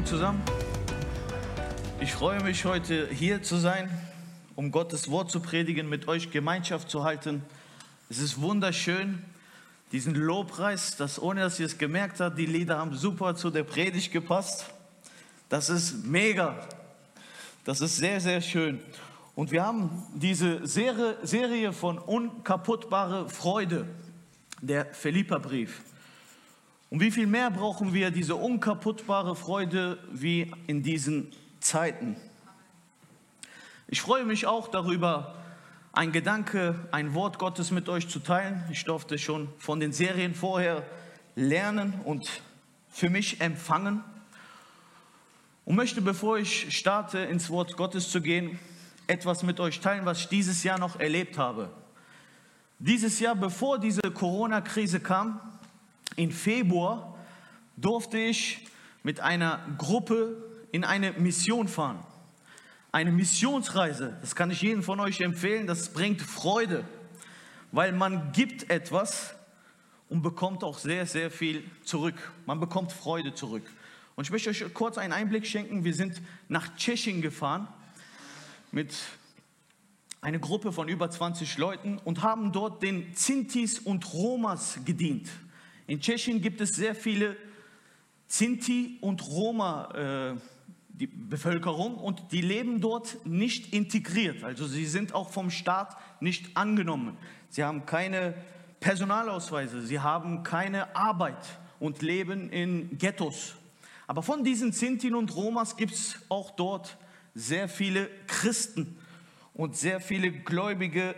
Morgen zusammen. Ich freue mich, heute hier zu sein, um Gottes Wort zu predigen, mit euch Gemeinschaft zu halten. Es ist wunderschön, diesen Lobpreis, ohne dass ihr es gemerkt habt, die Lieder haben super zu der Predigt gepasst. Das ist mega. Das ist sehr, sehr schön. Und wir haben diese Serie von unkaputtbare Freude, der Philipperbrief. Und wie viel mehr brauchen wir diese unkaputtbare Freude wie in diesen Zeiten? Ich freue mich auch darüber, ein Gedanke, ein Wort Gottes mit euch zu teilen. Ich durfte schon von den Serien vorher lernen und für mich empfangen. Und möchte, bevor ich starte, ins Wort Gottes zu gehen, etwas mit euch teilen, was ich dieses Jahr noch erlebt habe. Dieses Jahr, bevor diese Corona-Krise kam, im Februar, durfte ich mit einer Gruppe in eine Mission fahren. Eine Missionsreise, das kann ich jedem von euch empfehlen, das bringt Freude, weil man gibt etwas und bekommt auch sehr, sehr viel zurück. Man bekommt Freude zurück. Und ich möchte euch kurz einen Einblick schenken. Wir sind nach Tschechien gefahren mit einer Gruppe von über 20 Leuten und haben dort den Sintis und Romas gedient. In Tschechien gibt es sehr viele Sinti und Roma, die Bevölkerung, und die leben dort nicht integriert. Also sie sind auch vom Staat nicht angenommen. Sie haben keine Personalausweise, sie haben keine Arbeit und leben in Ghettos. Aber von diesen Sinti und Romas gibt es auch dort sehr viele Christen und sehr viele gläubige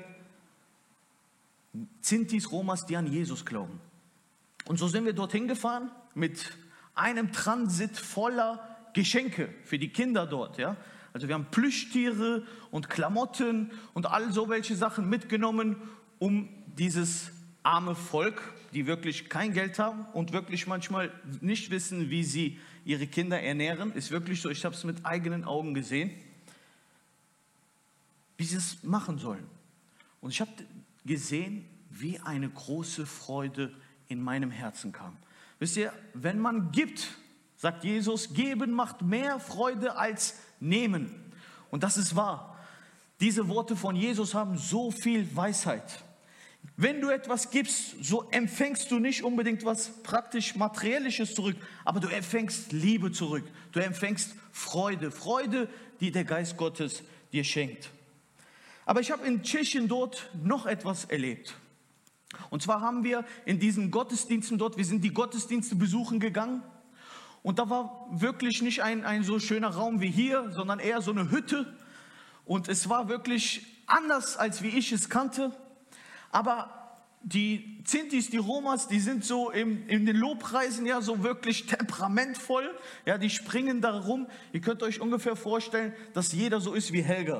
Sintis, Romas, die an Jesus glauben. Und so sind wir dorthin gefahren mit einem Transit voller Geschenke für die Kinder dort. Ja? Also wir haben Plüschtiere und Klamotten und all so welche Sachen mitgenommen, um dieses arme Volk, die wirklich kein Geld haben und wirklich manchmal nicht wissen, wie sie ihre Kinder ernähren. Ist wirklich so, ich habe es mit eigenen Augen gesehen, wie sie es machen sollen. Und ich habe gesehen, wie eine große Freude in meinem Herzen kam. Wisst ihr, wenn man gibt, sagt Jesus, geben macht mehr Freude als nehmen. Und das ist wahr. Diese Worte von Jesus haben so viel Weisheit. Wenn du etwas gibst, so empfängst du nicht unbedingt was praktisch Materielles zurück, aber du empfängst Liebe zurück. Du empfängst Freude, die der Geist Gottes dir schenkt. Aber ich habe in Tschechien dort noch etwas erlebt. Und zwar haben wir in diesen Gottesdiensten dort, wir sind die Gottesdienste besuchen gegangen. Und da war wirklich nicht ein so schöner Raum wie hier, sondern eher so eine Hütte. Und es war wirklich anders, als wie ich es kannte. Aber die Sintis, die Romas, die sind so in den Lobpreisen ja so wirklich temperamentvoll. Ja, die springen da rum. Ihr könnt euch ungefähr vorstellen, dass jeder so ist wie Helga.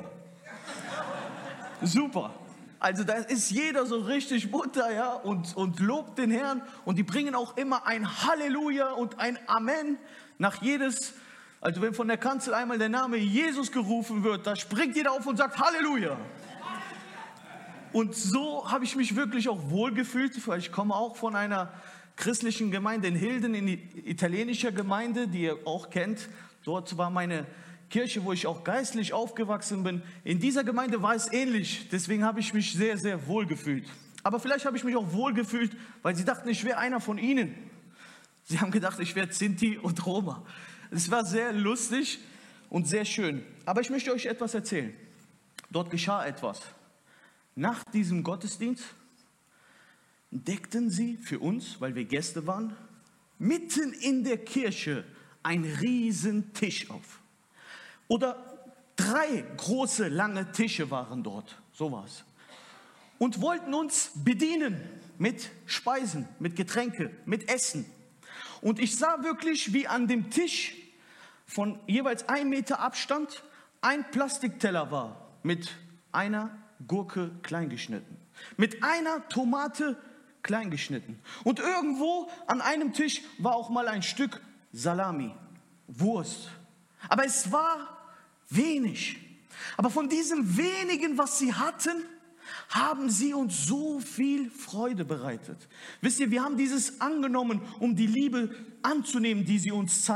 Super. Also da ist jeder so richtig munter, ja, und lobt den Herrn. Und die bringen auch immer ein Halleluja und ein Amen nach jedes. Also wenn von der Kanzel einmal der Name Jesus gerufen wird, da springt jeder auf und sagt Halleluja. Und so habe ich mich wirklich auch wohlgefühlt, weil ich komme auch von einer christlichen Gemeinde in Hilden, in die italienische Gemeinde, die ihr auch kennt. Dort war meine Kirche, wo ich auch geistlich aufgewachsen bin. In dieser Gemeinde war es ähnlich. Deswegen habe ich mich sehr, sehr wohl gefühlt. Aber vielleicht habe ich mich auch wohl gefühlt, weil sie dachten, ich wäre einer von ihnen. Sie haben gedacht, ich wäre Sinti und Roma. Es war sehr lustig und sehr schön. Aber ich möchte euch etwas erzählen. Dort geschah etwas. Nach diesem Gottesdienst deckten sie für uns, weil wir Gäste waren, mitten in der Kirche einen riesen Tisch auf. Oder 3 große, lange Tische waren dort, sowas. Und wollten uns bedienen mit Speisen, mit Getränke, mit Essen. Und ich sah wirklich, wie an dem Tisch von jeweils 1 Meter Abstand ein Plastikteller war mit einer Gurke kleingeschnitten, mit einer Tomate kleingeschnitten. Und irgendwo an einem Tisch war auch mal ein Stück Salami, Wurst. Aber es war wenig. Aber von diesem wenigen, was sie hatten, haben sie uns so viel Freude bereitet. Wisst ihr, wir haben dieses angenommen, um die Liebe anzunehmen, die sie uns zeigen.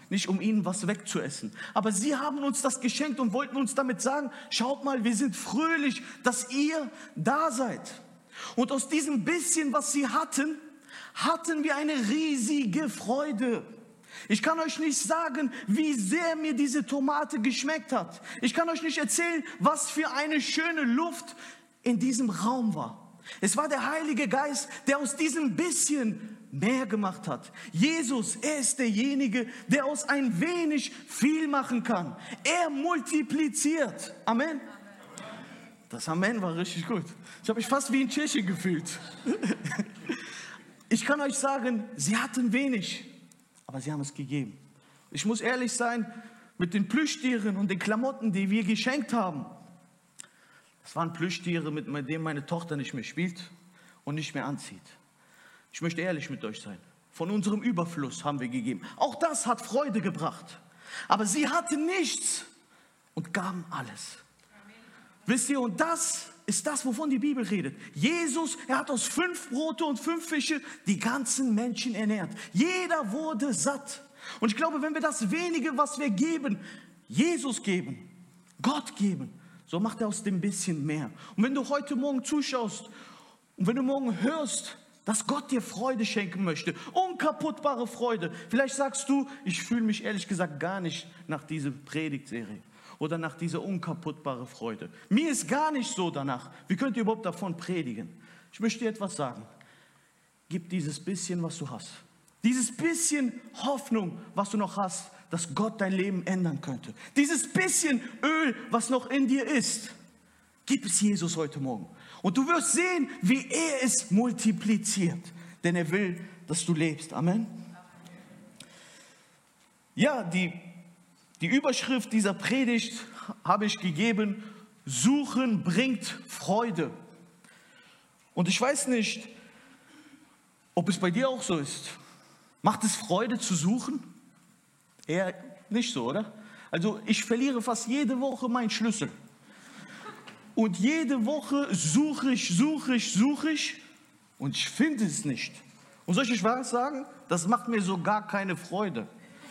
nicht um ihnen was wegzuessen. Aber sie haben uns das geschenkt und wollten uns damit sagen, schaut mal, wir sind fröhlich, dass ihr da seid. Und aus diesem bisschen, was sie hatten, hatten wir eine riesige Freude. Ich kann euch nicht sagen, wie sehr mir diese Tomate geschmeckt hat. Ich kann euch nicht erzählen, was für eine schöne Luft in diesem Raum war. Es war der Heilige Geist, der aus diesem bisschen mehr gemacht hat. Jesus, er ist derjenige, der aus ein wenig viel machen kann. Er multipliziert. Amen. Das Amen war richtig gut. Ich habe mich fast wie in Tschechien gefühlt. Ich kann euch sagen, sie hatten wenig, aber sie haben es gegeben. Ich muss ehrlich sein, mit den Plüschtieren und den Klamotten, die wir geschenkt haben, das waren Plüschtiere, mit denen meine Tochter nicht mehr spielt und nicht mehr anzieht. Ich möchte ehrlich mit euch sein. Von unserem Überfluss haben wir gegeben. Auch das hat Freude gebracht. Aber sie hatten nichts und gaben alles. Wisst ihr, und das ist das, wovon die Bibel redet. Jesus, er hat aus 5 Brote und 5 Fische die ganzen Menschen ernährt. Jeder wurde satt. Und ich glaube, wenn wir das wenige, was wir geben, Jesus geben, Gott geben, so macht er aus dem bisschen mehr. Und wenn du heute Morgen zuschaust und wenn du morgen hörst, dass Gott dir Freude schenken möchte, unkaputtbare Freude, vielleicht sagst du, ich fühle mich ehrlich gesagt gar nicht nach dieser Predigtserie oder nach dieser unkaputtbare Freude. Mir ist gar nicht so danach. Wie könnt ihr überhaupt davon predigen? Ich möchte dir etwas sagen. Gib dieses bisschen, was du hast. Dieses bisschen Hoffnung, was du noch hast, dass Gott dein Leben ändern könnte. Dieses bisschen Öl, was noch in dir ist, gib es Jesus heute Morgen. Und du wirst sehen, wie er es multipliziert. Denn er will, dass du lebst. Amen. Ja, die Überschrift dieser Predigt habe ich gegeben: Suchen bringt Freude. Und ich weiß nicht, ob es bei dir auch so ist. Macht es Freude zu suchen? Eher nicht so, oder? Also ich verliere fast jede Woche meinen Schlüssel. Und jede Woche suche ich und ich finde es nicht. Und soll ich was sagen? Das macht mir so gar keine Freude.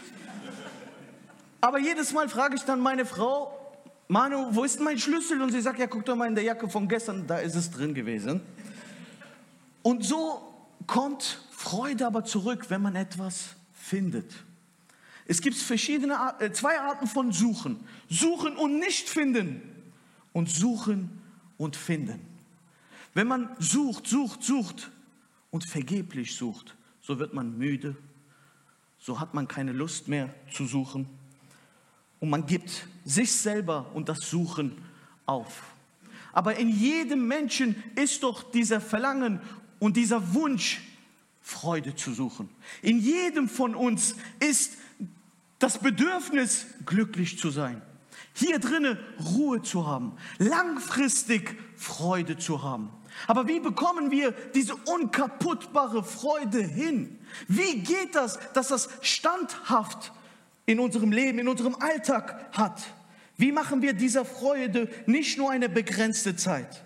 Aber jedes Mal frage ich dann meine Frau, Manu, wo ist mein Schlüssel? Und sie sagt, ja, guck doch mal in der Jacke von gestern, da ist es drin gewesen. Und so kommt Freude aber zurück, wenn man etwas findet. Es gibt zwei Arten von Suchen. Suchen und nicht finden. Und suchen und finden. Wenn man sucht und vergeblich sucht, so wird man müde, so hat man keine Lust mehr zu suchen und man gibt sich selber und das Suchen auf. Aber in jedem Menschen ist doch dieser Verlangen und dieser Wunsch, Freude zu suchen. In jedem von uns ist das Bedürfnis, glücklich zu sein. Hier drinnen Ruhe zu haben, langfristig Freude zu haben. Aber wie bekommen wir diese unkaputtbare Freude hin? Wie geht das, dass das standhaft in unserem Leben, in unserem Alltag hat? Wie machen wir dieser Freude nicht nur eine begrenzte Zeit?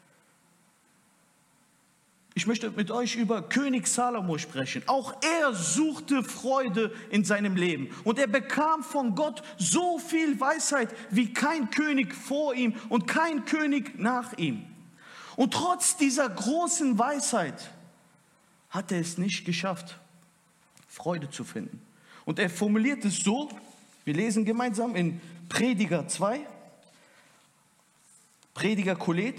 Ich möchte mit euch über König Salomo sprechen. Auch er suchte Freude in seinem Leben. Und er bekam von Gott so viel Weisheit wie kein König vor ihm und kein König nach ihm. Und trotz dieser großen Weisheit hat er es nicht geschafft, Freude zu finden. Und er formuliert es so, wir lesen gemeinsam in Prediger 2, Prediger Kohelet.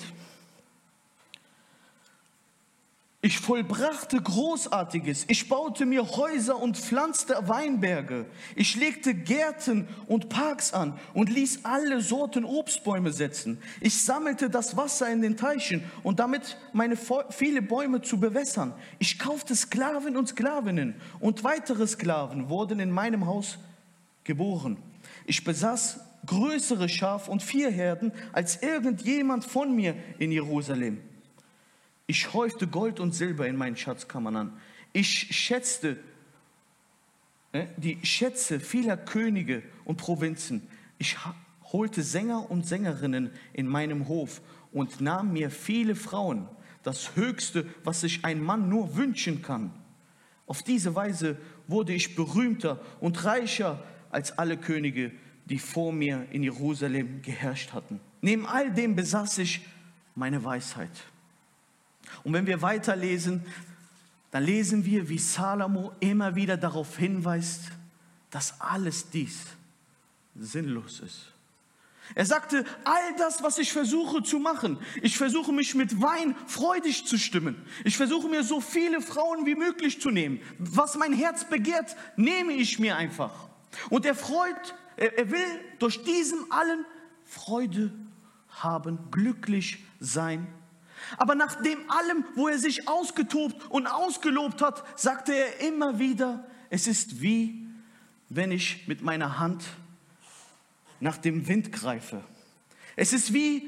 Ich vollbrachte Großartiges, ich baute mir Häuser und pflanzte Weinberge, ich legte Gärten und Parks an und ließ alle Sorten Obstbäume setzen. Ich sammelte das Wasser in den Teichen und damit meine viele Bäume zu bewässern. Ich kaufte Sklaven und Sklavinnen und weitere Sklaven wurden in meinem Haus geboren. Ich besaß größere Schaf- und Viehherden als irgendjemand von mir in Jerusalem. Ich häufte Gold und Silber in meinen Schatzkammern an. Ich schätzte die Schätze vieler Könige und Provinzen. Ich holte Sänger und Sängerinnen in meinem Hof und nahm mir viele Frauen, das Höchste, was sich ein Mann nur wünschen kann. Auf diese Weise wurde ich berühmter und reicher als alle Könige, die vor mir in Jerusalem geherrscht hatten. Neben all dem besaß ich meine Weisheit. Und wenn wir weiterlesen, dann lesen wir, wie Salomo immer wieder darauf hinweist, dass alles dies sinnlos ist. Er sagte, all das, was ich versuche zu machen, ich versuche mich mit Wein freudig zu stimmen. Ich versuche mir so viele Frauen wie möglich zu nehmen. Was mein Herz begehrt, nehme ich mir einfach. Und er will durch diesem allen Freude haben, glücklich sein. Aber nach dem allem, wo er sich ausgetobt und ausgelobt hat, sagte er immer wieder, es ist wie, wenn ich mit meiner Hand nach dem Wind greife. Es ist wie,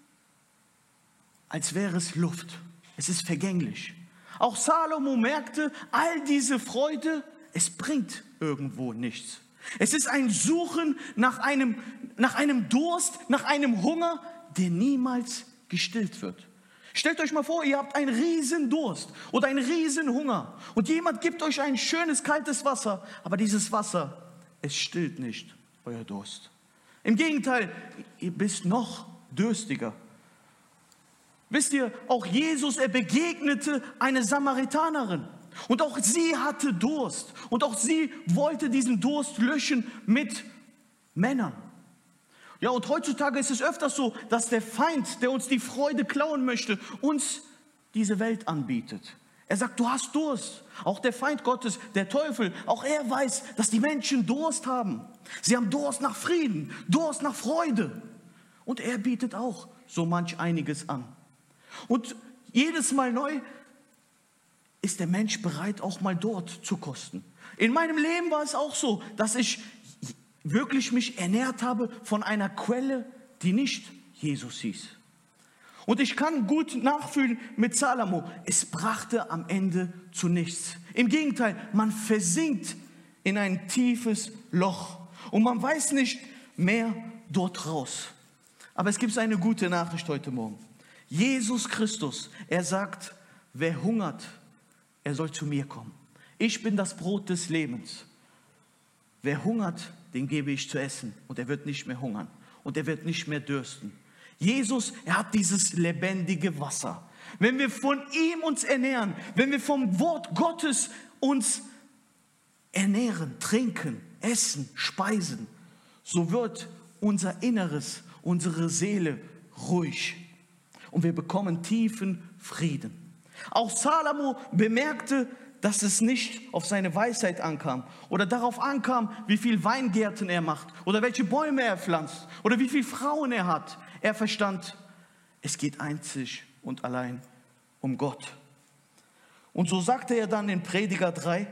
als wäre es Luft. Es ist vergänglich. Auch Salomo merkte, all diese Freude, es bringt irgendwo nichts. Es ist ein Suchen nach einem Durst, nach einem Hunger, der niemals gestillt wird. Stellt euch mal vor, ihr habt einen riesen Durst oder einen riesen Hunger und jemand gibt euch ein schönes kaltes Wasser, aber dieses Wasser, es stillt nicht euer Durst. Im Gegenteil, ihr bist noch dürstiger. Wisst ihr, auch Jesus, er begegnete eine Samaritanerin und auch sie hatte Durst und auch sie wollte diesen Durst löschen mit Männern. Ja, und heutzutage ist es öfters so, dass der Feind, der uns die Freude klauen möchte, uns diese Welt anbietet. Er sagt, du hast Durst. Auch der Feind Gottes, der Teufel, auch er weiß, dass die Menschen Durst haben. Sie haben Durst nach Frieden, Durst nach Freude. Und er bietet auch so manch einiges an. Und jedes Mal neu ist der Mensch bereit, auch mal dort zu kosten. In meinem Leben war es auch so, dass ich wirklich mich ernährt habe von einer Quelle, die nicht Jesus hieß. Und ich kann gut nachfühlen mit Salomo, es brachte am Ende zu nichts. Im Gegenteil, man versinkt in ein tiefes Loch und man weiß nicht mehr dort raus. Aber es gibt eine gute Nachricht heute Morgen. Jesus Christus, er sagt, wer hungert, er soll zu mir kommen. Ich bin das Brot des Lebens. Wer hungert, den gebe ich zu essen und er wird nicht mehr hungern und er wird nicht mehr dürsten. Jesus, er hat dieses lebendige Wasser. Wenn wir von ihm uns ernähren, wenn wir vom Wort Gottes uns ernähren, trinken, essen, speisen, so wird unser Inneres, unsere Seele ruhig und wir bekommen tiefen Frieden. Auch Salomo bemerkte, dass es nicht auf seine Weisheit ankam oder darauf ankam, wie viel Weingärten er macht oder welche Bäume er pflanzt oder wie viele Frauen er hat. Er verstand, es geht einzig und allein um Gott. Und so sagte er dann in Prediger 3,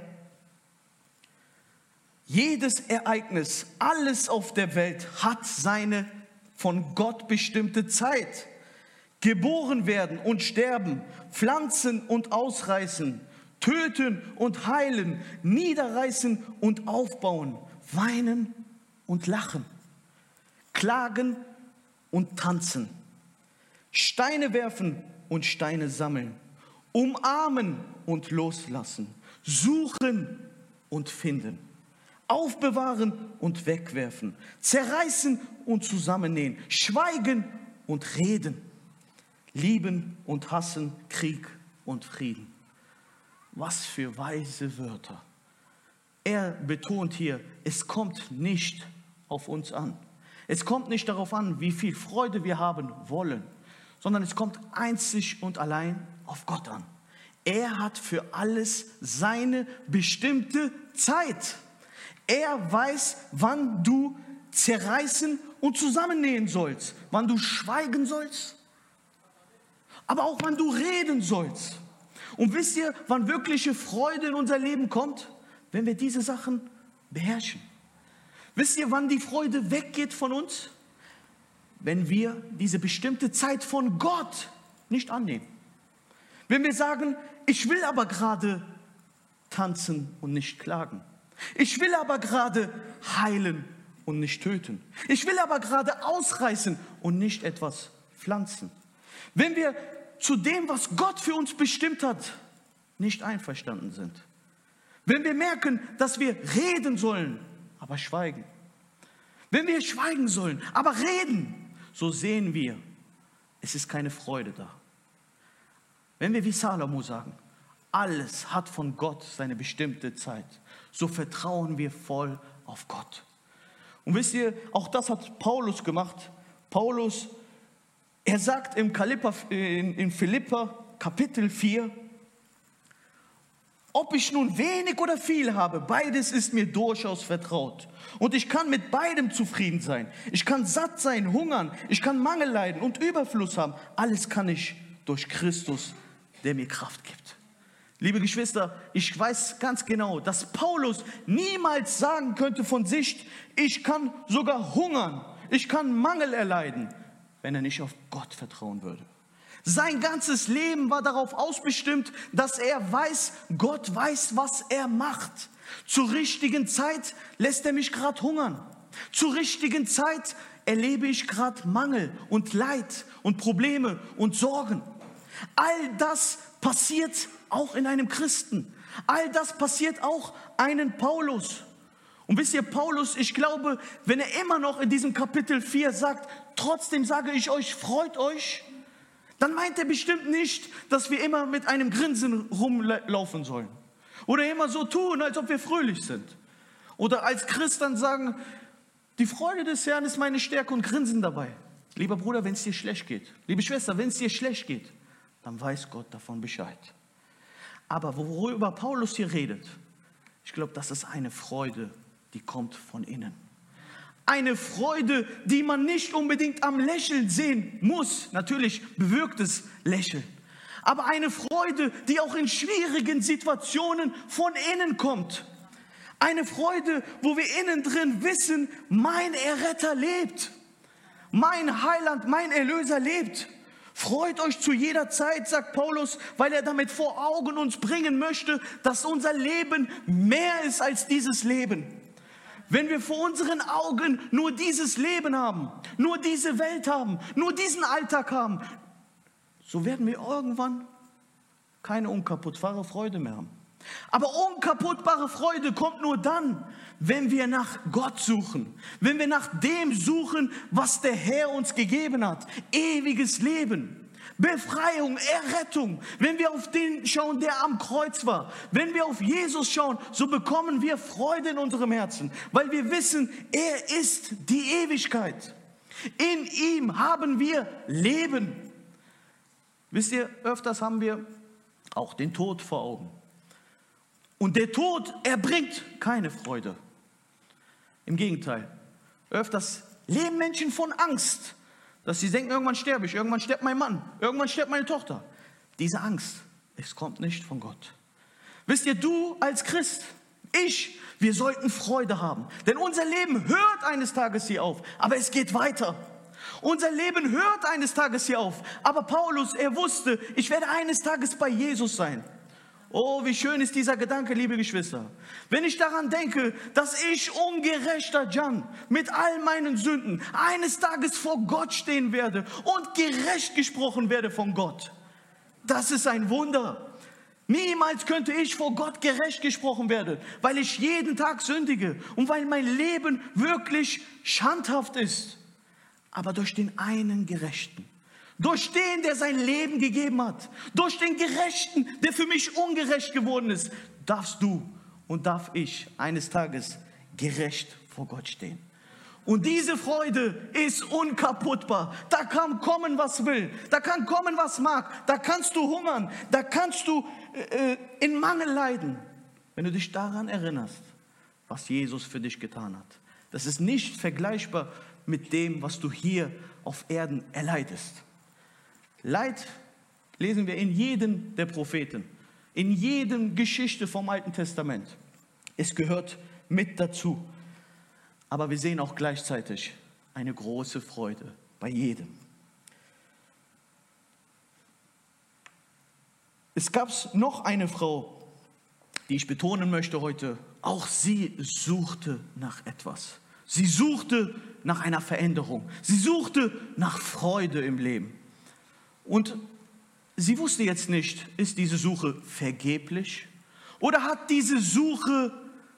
jedes Ereignis, alles auf der Welt hat seine von Gott bestimmte Zeit. Geboren werden und sterben, pflanzen und ausreißen, töten und heilen, niederreißen und aufbauen, weinen und lachen, klagen und tanzen, Steine werfen und Steine sammeln, umarmen und loslassen, suchen und finden, aufbewahren und wegwerfen, zerreißen und zusammennähen, schweigen und reden, lieben und hassen, Krieg und Frieden. Was für weise Wörter. Er betont hier, es kommt nicht auf uns an. Es kommt nicht darauf an, wie viel Freude wir haben wollen, sondern es kommt einzig und allein auf Gott an. Er hat für alles seine bestimmte Zeit. Er weiß, wann du zerreißen und zusammennähen sollst, wann du schweigen sollst, aber auch wann du reden sollst. Und wisst ihr, wann wirkliche Freude in unser Leben kommt? Wenn wir diese Sachen beherrschen. Wisst ihr, wann die Freude weggeht von uns? Wenn wir diese bestimmte Zeit von Gott nicht annehmen. Wenn wir sagen, ich will aber gerade tanzen und nicht klagen. Ich will aber gerade heilen und nicht töten. Ich will aber gerade ausreißen und nicht etwas pflanzen. Wenn wir zu dem, was Gott für uns bestimmt hat, nicht einverstanden sind, Wenn wir merken, dass wir reden sollen, aber schweigen. Wenn wir schweigen sollen, aber reden, so sehen wir, es ist keine Freude da. Wenn wir wie Salomo sagen, alles hat von Gott seine bestimmte Zeit, so vertrauen wir voll auf Gott. Und wisst ihr, auch das hat Paulus gemacht. Paulus, er sagt in Philipper Kapitel 4, ob ich nun wenig oder viel habe, beides ist mir durchaus vertraut. Und ich kann mit beidem zufrieden sein. Ich kann satt sein, hungern, ich kann Mangel leiden und Überfluss haben. Alles kann ich durch Christus, der mir Kraft gibt. Liebe Geschwister, ich weiß ganz genau, dass Paulus niemals sagen könnte von sich, ich kann sogar hungern, ich kann Mangel erleiden, wenn er nicht auf Gott vertrauen würde. Sein ganzes Leben war darauf ausbestimmt, dass er weiß, Gott weiß, was er macht. Zur richtigen Zeit lässt er mich gerade hungern. Zur richtigen Zeit erlebe ich gerade Mangel und Leid und Probleme und Sorgen. All das passiert auch in einem Christen. All das passiert auch einem Paulus. Und wisst ihr, Paulus, ich glaube, wenn er immer noch in diesem Kapitel 4 sagt, trotzdem sage ich euch, freut euch, dann meint er bestimmt nicht, dass wir immer mit einem Grinsen rumlaufen sollen. Oder immer so tun, als ob wir fröhlich sind. Oder als Christ dann sagen, die Freude des Herrn ist meine Stärke und grinsen dabei. Lieber Bruder, wenn es dir schlecht geht, liebe Schwester, wenn es dir schlecht geht, dann weiß Gott davon Bescheid. Aber worüber Paulus hier redet, ich glaube, das ist eine Freude, die kommt von innen. Eine Freude, die man nicht unbedingt am Lächeln sehen muss. Natürlich bewirkt es Lächeln. Aber eine Freude, die auch in schwierigen Situationen von innen kommt. Eine Freude, wo wir innen drin wissen, mein Erretter lebt. Mein Heiland, mein Erlöser lebt. Freut euch zu jeder Zeit, sagt Paulus, weil er damit vor Augen uns bringen möchte, dass unser Leben mehr ist als dieses Leben. Wenn wir vor unseren Augen nur dieses Leben haben, nur diese Welt haben, nur diesen Alltag haben, so werden wir irgendwann keine unkaputtbare Freude mehr haben. Aber unkaputtbare Freude kommt nur dann, wenn wir nach Gott suchen, wenn wir nach dem suchen, was der Herr uns gegeben hat. Ewiges Leben, Befreiung, Errettung. Wenn wir auf den schauen, der am Kreuz war, wenn wir auf Jesus schauen, so bekommen wir Freude in unserem Herzen, weil wir wissen, er ist die Ewigkeit. In ihm haben wir Leben. Wisst ihr, öfters haben wir auch den Tod vor Augen. Und der Tod, er bringt keine Freude. Im Gegenteil, öfters leben Menschen von Angst, dass sie denken, irgendwann sterbe ich, irgendwann stirbt mein Mann, irgendwann stirbt meine Tochter. Diese Angst, es kommt nicht von Gott. Wisst ihr, du als Christ, wir sollten Freude haben. Denn unser Leben hört eines Tages hier auf, aber es geht weiter. Unser Leben hört eines Tages hier auf. Aber Paulus, er wusste, ich werde eines Tages bei Jesus sein. Oh, wie schön ist dieser Gedanke, liebe Geschwister. Wenn ich daran denke, dass ich, ungerechter Jan, mit all meinen Sünden eines Tages vor Gott stehen werde und gerecht gesprochen werde von Gott. Das ist ein Wunder. Niemals könnte ich vor Gott gerecht gesprochen werden, weil ich jeden Tag sündige und weil mein Leben wirklich schandhaft ist. Aber durch den einen Gerechten, durch den, der sein Leben gegeben hat, durch den Gerechten, der für mich ungerecht geworden ist, darfst du und darf ich eines Tages gerecht vor Gott stehen. Und diese Freude ist unkaputtbar. Da kann kommen, was will. Da kann kommen, was mag. Da kannst du hungern. Da kannst du in Mangel leiden. Wenn du dich daran erinnerst, was Jesus für dich getan hat. Das ist nicht vergleichbar mit dem, was du hier auf Erden erleidest. Leid lesen wir in jedem der Propheten, in jedem Geschichte vom Alten Testament. Es gehört mit dazu. Aber wir sehen auch gleichzeitig eine große Freude bei jedem. Es gab noch eine Frau, die ich betonen möchte heute. Auch sie suchte nach etwas. Sie suchte nach einer Veränderung. Sie suchte nach Freude im Leben. Und sie wusste jetzt nicht, ist diese Suche vergeblich Oder hat diese Suche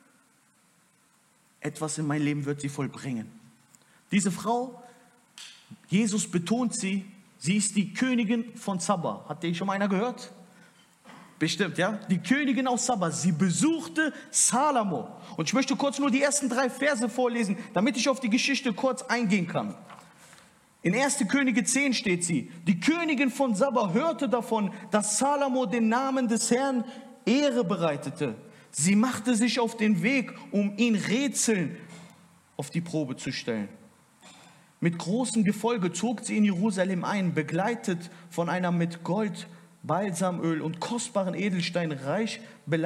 etwas in mein Leben wird sie vollbringen? Diese Frau, Jesus betont sie, sie ist die Königin von Saba. Hat den schon mal einer gehört? Bestimmt, ja? Die Königin aus Saba. Sie besuchte Salomo. Und ich möchte kurz nur die ersten 3 Verse vorlesen, damit ich auf die Geschichte kurz eingehen kann. In 1. Könige 10 steht sie: Die Königin von Saba hörte davon, dass Salomo den Namen des Herrn Ehre bereitete. Sie machte sich auf den Weg, um ihn Rätseln auf die Probe zu stellen. Mit großem Gefolge zog sie in Jerusalem ein, begleitet von einer mit Gold, Balsamöl und kostbaren Edelsteinen reich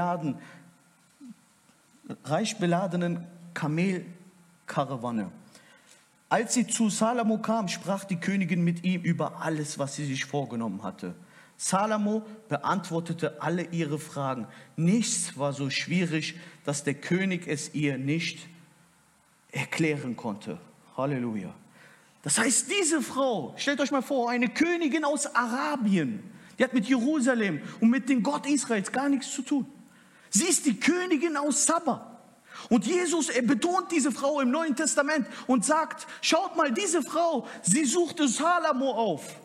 beladenen Kamelkarawane. Als sie zu Salomo kam, sprach die Königin mit ihm über alles, was sie sich vorgenommen hatte. Salomo beantwortete alle ihre Fragen. Nichts war so schwierig, dass der König es ihr nicht erklären konnte. Halleluja. Das heißt, diese Frau, stellt euch mal vor, eine Königin aus Arabien, die hat mit Jerusalem und mit dem Gott Israels gar nichts zu tun. Sie ist die Königin aus Saba. Und Jesus, er betont diese Frau im Neuen Testament und sagt, schaut mal, diese Frau, sie suchte Salomo auf.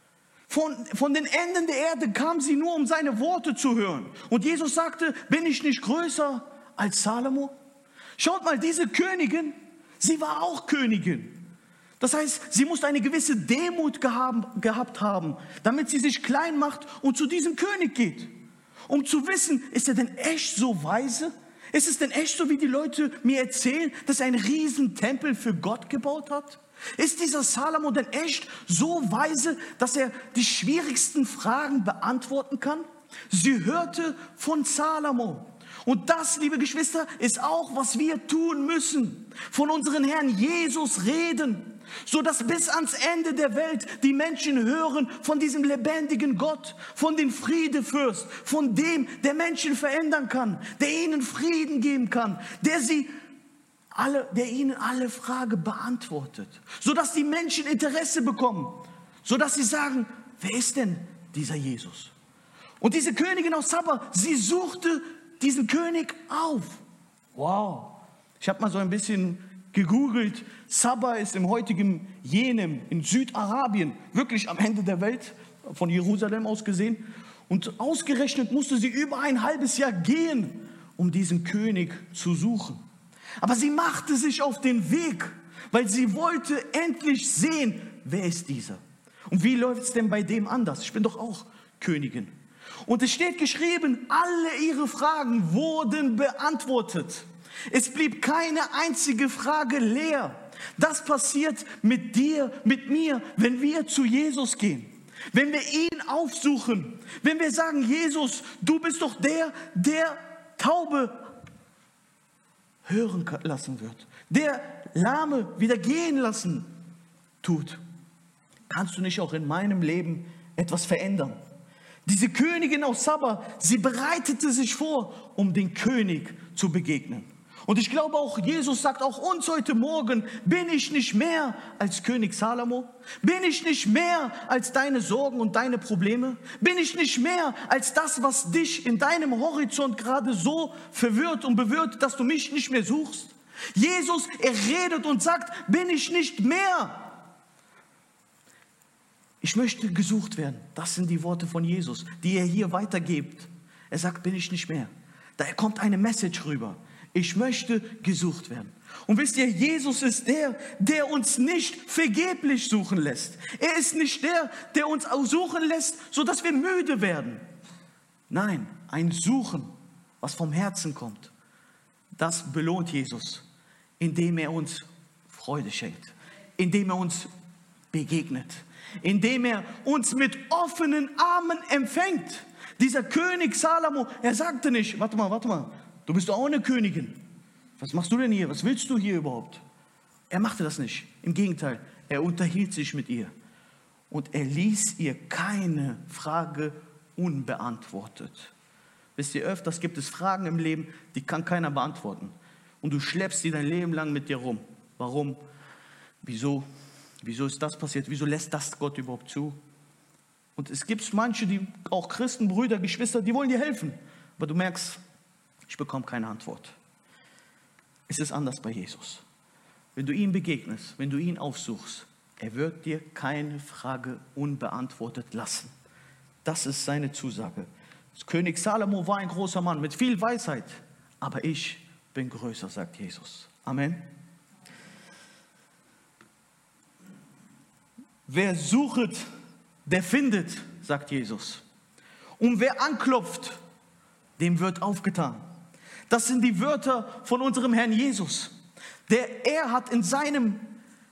Von den Enden der Erde kam sie nur, um seine Worte zu hören. Und Jesus sagte, bin ich nicht größer als Salomo? Schaut mal, diese Königin, sie war auch Königin. Das heißt, sie musste eine gewisse Demut gehabt haben, damit sie sich klein macht und zu diesem König geht. Um zu wissen, ist er denn echt so weise? Ist es denn echt so, wie die Leute mir erzählen, dass er einen riesen Tempel für Gott gebaut hat? Ist dieser Salomo denn echt so weise, dass er die schwierigsten Fragen beantworten kann? Sie hörte von Salomo. Und das, liebe Geschwister, ist auch, was wir tun müssen. Von unserem Herrn Jesus reden, sodass bis ans Ende der Welt die Menschen hören von diesem lebendigen Gott, von dem Friedefürst, von dem, der Menschen verändern kann, der ihnen Frieden geben kann, der ihnen alle Fragen beantwortet, sodass die Menschen Interesse bekommen, sodass sie sagen, wer ist denn dieser Jesus? Und diese Königin aus Saba, sie suchte diesen König auf. Wow. Ich habe mal so ein bisschen gegoogelt. Saba ist im heutigen Jemen in Südarabien, wirklich am Ende der Welt, von Jerusalem aus gesehen. Und ausgerechnet musste sie über ein halbes Jahr gehen, um diesen König zu suchen. Aber sie machte sich auf den Weg, weil sie wollte endlich sehen, wer ist dieser? Und wie läuft es denn bei dem anders? Ich bin doch auch Königin. Und es steht geschrieben, alle ihre Fragen wurden beantwortet. Es blieb keine einzige Frage leer. Das passiert mit dir, mit mir, wenn wir zu Jesus gehen. Wenn wir ihn aufsuchen. Wenn wir sagen, Jesus, du bist doch der Taube hören lassen wird. Der Lahme wieder gehen lassen tut. Kannst du nicht auch in meinem Leben etwas verändern? Diese Königin aus Saba, sie bereitete sich vor, um den König zu begegnen. Und ich glaube auch, Jesus sagt auch uns heute Morgen, bin ich nicht mehr als König Salomo? Bin ich nicht mehr als deine Sorgen und deine Probleme? Bin ich nicht mehr als das, was dich in deinem Horizont gerade so verwirrt und bewirrt, dass du mich nicht mehr suchst? Jesus, er redet und sagt, bin ich nicht mehr? Ich möchte gesucht werden. Das sind die Worte von Jesus, die er hier weitergibt. Er sagt, bin ich nicht mehr. Da kommt eine Message rüber. Ich möchte gesucht werden. Und wisst ihr, Jesus ist der uns nicht vergeblich suchen lässt. Er ist nicht der uns suchen lässt, sodass wir müde werden. Nein, ein Suchen, was vom Herzen kommt, das belohnt Jesus, indem er uns Freude schenkt, indem er uns begegnet, indem er uns mit offenen Armen empfängt. Dieser König Salomo, er sagte nicht, warte mal, du bist doch auch eine Königin. Was machst du denn hier? Was willst du hier überhaupt? Er machte das nicht. Im Gegenteil, er unterhielt sich mit ihr. Und er ließ ihr keine Frage unbeantwortet. Wisst ihr, öfters gibt es Fragen im Leben, die kann keiner beantworten. Und du schleppst sie dein Leben lang mit dir rum. Warum? Wieso? Wieso ist das passiert? Wieso lässt das Gott überhaupt zu? Und es gibt manche, die auch Christen, Brüder, Geschwister, die wollen dir helfen. Aber du merkst, Ich bekomme keine Antwort. Es ist anders bei Jesus. Wenn du ihm begegnest, wenn du ihn aufsuchst, er wird dir keine Frage unbeantwortet lassen. Das ist seine Zusage. König Salomo war ein großer Mann mit viel Weisheit, aber ich bin größer, sagt Jesus. Amen. Wer sucht, der findet, sagt Jesus. Und wer anklopft, dem wird aufgetan. Das sind die Wörter von unserem Herrn Jesus. Er hat in seinem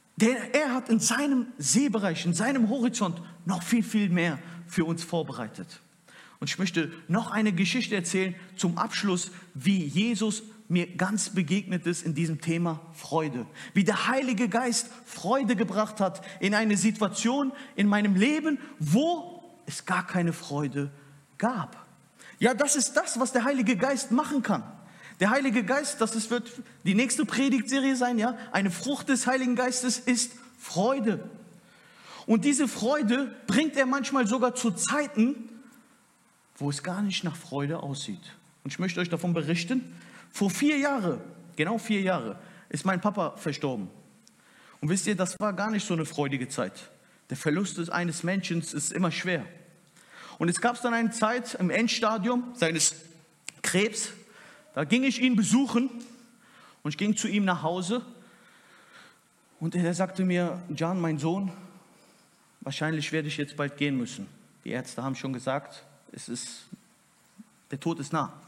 Sehbereich, in seinem Horizont noch viel, viel mehr für uns vorbereitet. Und ich möchte noch eine Geschichte erzählen zum Abschluss, wie Jesus mir ganz begegnet ist in diesem Thema Freude. Wie der Heilige Geist Freude gebracht hat in eine Situation in meinem Leben, wo es gar keine Freude gab. Ja, das ist das, was der Heilige Geist machen kann. Der Heilige Geist, wird die nächste Predigtserie sein, ja? Eine Frucht des Heiligen Geistes ist Freude. Und diese Freude bringt er manchmal sogar zu Zeiten, wo es gar nicht nach Freude aussieht. Und ich möchte euch davon berichten, vor 4 Jahren, genau 4 Jahre, ist mein Papa verstorben. Und wisst ihr, das war gar nicht so eine freudige Zeit. Der Verlust eines Menschen ist immer schwer. Und es gab dann eine Zeit im Endstadium seines Krebs, da ging ich ihn besuchen und ich ging zu ihm nach Hause und er sagte mir, Can, mein Sohn, wahrscheinlich werde ich jetzt bald gehen müssen. Die Ärzte haben schon gesagt, der Tod ist nah.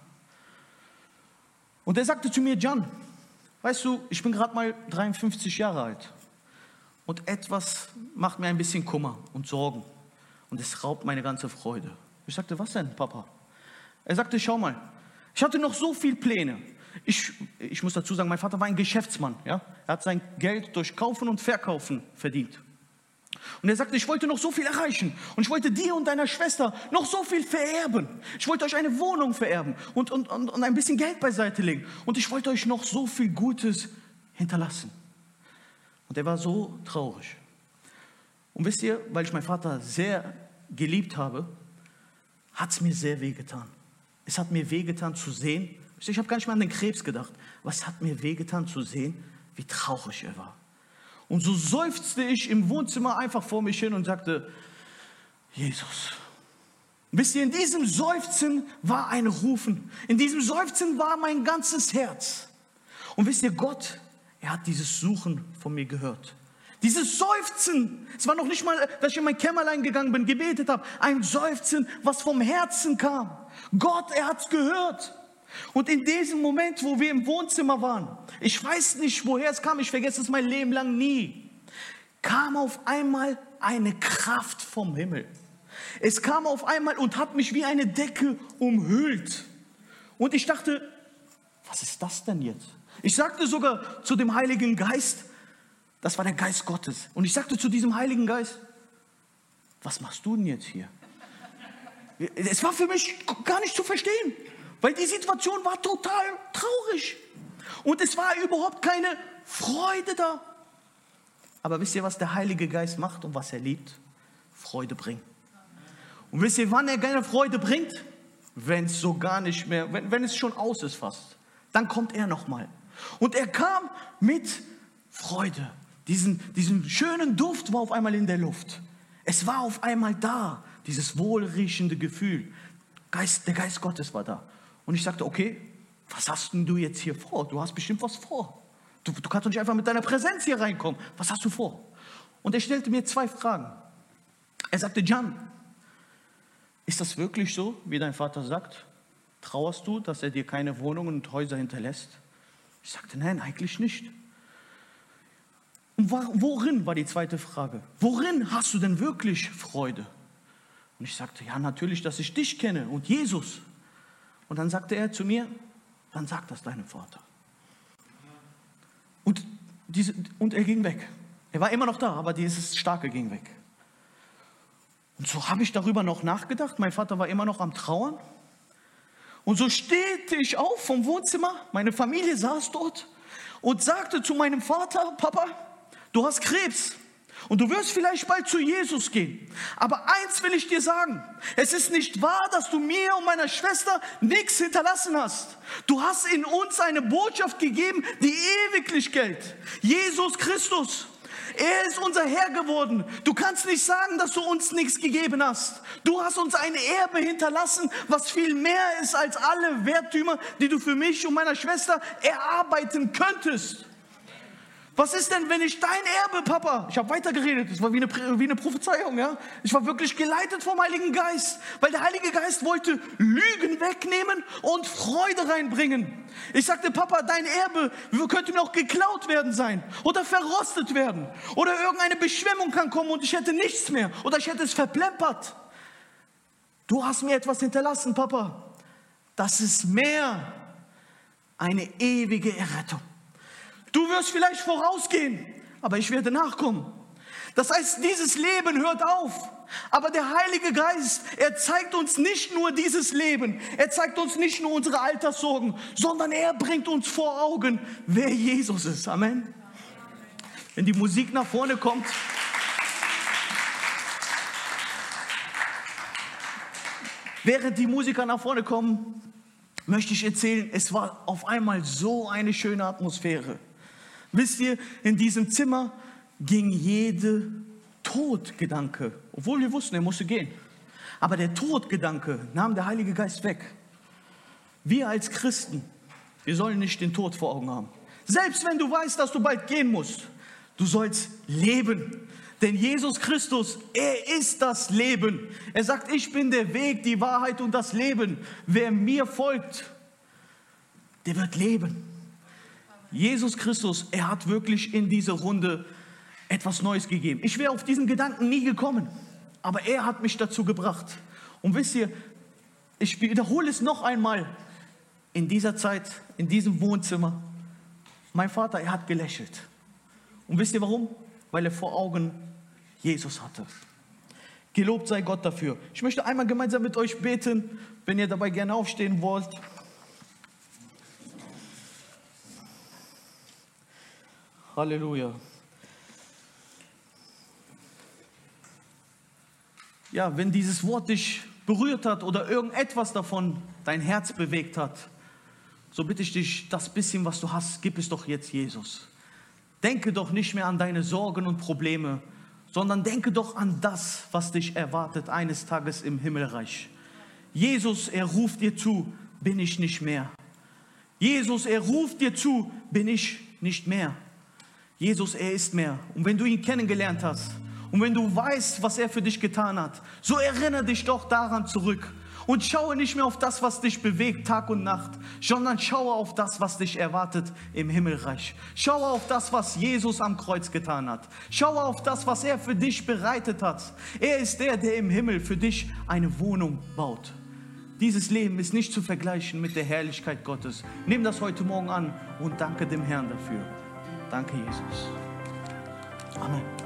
Und er sagte zu mir, Can, weißt du, ich bin gerade mal 53 Jahre alt und etwas macht mir ein bisschen Kummer und Sorgen und es raubt meine ganze Freude. Ich sagte, was denn, Papa? Er sagte, schau mal, ich hatte noch so viele Pläne. Ich muss dazu sagen, mein Vater war ein Geschäftsmann. Ja? Er hat sein Geld durch Kaufen und Verkaufen verdient. Und er sagte, ich wollte noch so viel erreichen. Und ich wollte dir und deiner Schwester noch so viel vererben. Ich wollte euch eine Wohnung vererben und ein bisschen Geld beiseite legen. Und ich wollte euch noch so viel Gutes hinterlassen. Und er war so traurig. Und wisst ihr, weil ich meinen Vater sehr geliebt habe, hat es mir sehr wehgetan. Es hat mir wehgetan zu sehen, ich habe gar nicht mehr an den Krebs gedacht, aber es hat mir wehgetan zu sehen, wie traurig er war. Und so seufzte ich im Wohnzimmer einfach vor mich hin und sagte, Jesus. Wisst ihr, in diesem Seufzen war ein Rufen, in diesem Seufzen war mein ganzes Herz. Und wisst ihr, Gott, er hat dieses Suchen von mir gehört. Dieses Seufzen, es war noch nicht mal, dass ich in mein Kämmerlein gegangen bin, gebetet habe. Ein Seufzen, was vom Herzen kam. Gott, er hat es gehört. Und in diesem Moment, wo wir im Wohnzimmer waren, ich weiß nicht, woher es kam, ich vergesse es mein Leben lang nie, kam auf einmal eine Kraft vom Himmel. Es kam auf einmal und hat mich wie eine Decke umhüllt. Und ich dachte, was ist das denn jetzt? Ich sagte sogar zu dem Heiligen Geist, das war der Geist Gottes. Und ich sagte zu diesem Heiligen Geist, was machst du denn jetzt hier? Es war für mich gar nicht zu verstehen, weil die Situation war total traurig. Und es war überhaupt keine Freude da. Aber wisst ihr, was der Heilige Geist macht und was er liebt? Freude bringen. Und wisst ihr, wann er keine Freude bringt? Wenn es so gar nicht mehr, wenn es schon aus ist fast. Dann kommt er nochmal. Und er kam mit Freude. Diesen schönen Duft war auf einmal in der Luft. Es war auf einmal da, dieses wohlriechende Gefühl. Der Geist Gottes war da. Und ich sagte, okay, was hast denn du jetzt hier vor? Du hast bestimmt was vor. Du kannst doch nicht einfach mit deiner Präsenz hier reinkommen. Was hast du vor? Und er stellte mir 2 Fragen. Er sagte, Can, ist das wirklich so, wie dein Vater sagt? Trauerst du, dass er dir keine Wohnungen und Häuser hinterlässt? Ich sagte, nein, eigentlich nicht. Und worin war die zweite Frage? Worin hast du denn wirklich Freude? Und ich sagte, ja, natürlich, dass ich dich kenne und Jesus. Und dann sagte er zu mir, dann sag das deinem Vater. Und er ging weg. Er war immer noch da, aber dieses Starke ging weg. Und so habe ich darüber noch nachgedacht. Mein Vater war immer noch am Trauern. Und so stehte ich auf vom Wohnzimmer, meine Familie saß dort und sagte zu meinem Vater, Papa, du hast Krebs Und du wirst vielleicht bald zu Jesus gehen. Aber eins will ich dir sagen. Es ist nicht wahr, dass du mir und meiner Schwester nichts hinterlassen hast. Du hast in uns eine Botschaft gegeben, die ewiglich gilt. Jesus Christus. Er ist unser Herr geworden. Du kannst nicht sagen, dass du uns nichts gegeben hast. Du hast uns ein Erbe hinterlassen, was viel mehr ist als alle Werttümer, die du für mich und meiner Schwester erarbeiten könntest. Was ist denn, wenn ich dein Erbe, Papa? Ich habe weitergeredet, das war wie eine Prophezeiung, ja? Ich war wirklich geleitet vom Heiligen Geist, weil der Heilige Geist wollte Lügen wegnehmen und Freude reinbringen. Ich sagte, Papa, dein Erbe könnte noch geklaut werden sein oder verrostet werden oder irgendeine Beschwemmung kann kommen und ich hätte nichts mehr oder ich hätte es verplempert. Du hast mir etwas hinterlassen, Papa. Das ist mehr, eine ewige Errettung. Du wirst vielleicht vorausgehen, aber ich werde nachkommen. Das heißt, dieses Leben hört auf. Aber der Heilige Geist, er zeigt uns nicht nur dieses Leben, er zeigt uns nicht nur unsere Alterssorgen, sondern er bringt uns vor Augen, wer Jesus ist. Amen. Wenn die Musik nach vorne kommt. Während die Musiker nach vorne kommen, möchte ich erzählen, es war auf einmal so eine schöne Atmosphäre. Wisst ihr, in diesem Zimmer ging jeder Todgedanke, obwohl wir wussten, er musste gehen. Aber der Todgedanke nahm der Heilige Geist weg. Wir als Christen, wir sollen nicht den Tod vor Augen haben. Selbst wenn du weißt, dass du bald gehen musst, du sollst leben. Denn Jesus Christus, er ist das Leben. Er sagt, ich bin der Weg, die Wahrheit und das Leben. Wer mir folgt, der wird leben. Jesus Christus, er hat wirklich in diese Runde etwas Neues gegeben. Ich wäre auf diesen Gedanken nie gekommen, aber er hat mich dazu gebracht. Und wisst ihr, ich wiederhole es noch einmal, in dieser Zeit, in diesem Wohnzimmer, mein Vater, er hat gelächelt. Und wisst ihr warum? Weil er vor Augen Jesus hatte. Gelobt sei Gott dafür. Ich möchte einmal gemeinsam mit euch beten, wenn ihr dabei gerne aufstehen wollt. Halleluja. Ja, wenn dieses Wort dich berührt hat oder irgendetwas davon dein Herz bewegt hat, so bitte ich dich, das bisschen, was du hast, gib es doch jetzt Jesus. Denke doch nicht mehr an deine Sorgen und Probleme, sondern denke doch an das, was dich erwartet eines Tages im Himmelreich. Jesus, er ruft dir zu, bin ich nicht mehr. Jesus, er ruft dir zu, bin ich nicht mehr. Jesus, er ist mehr. Und wenn du ihn kennengelernt hast und wenn du weißt, was er für dich getan hat, so erinnere dich doch daran zurück und schaue nicht mehr auf das, was dich bewegt Tag und Nacht, sondern schaue auf das, was dich erwartet im Himmelreich. Schaue auf das, was Jesus am Kreuz getan hat. Schaue auf das, was er für dich bereitet hat. Er ist der, der im Himmel für dich eine Wohnung baut. Dieses Leben ist nicht zu vergleichen mit der Herrlichkeit Gottes. Nimm das heute Morgen an und danke dem Herrn dafür. Danke, Jesus. Amen.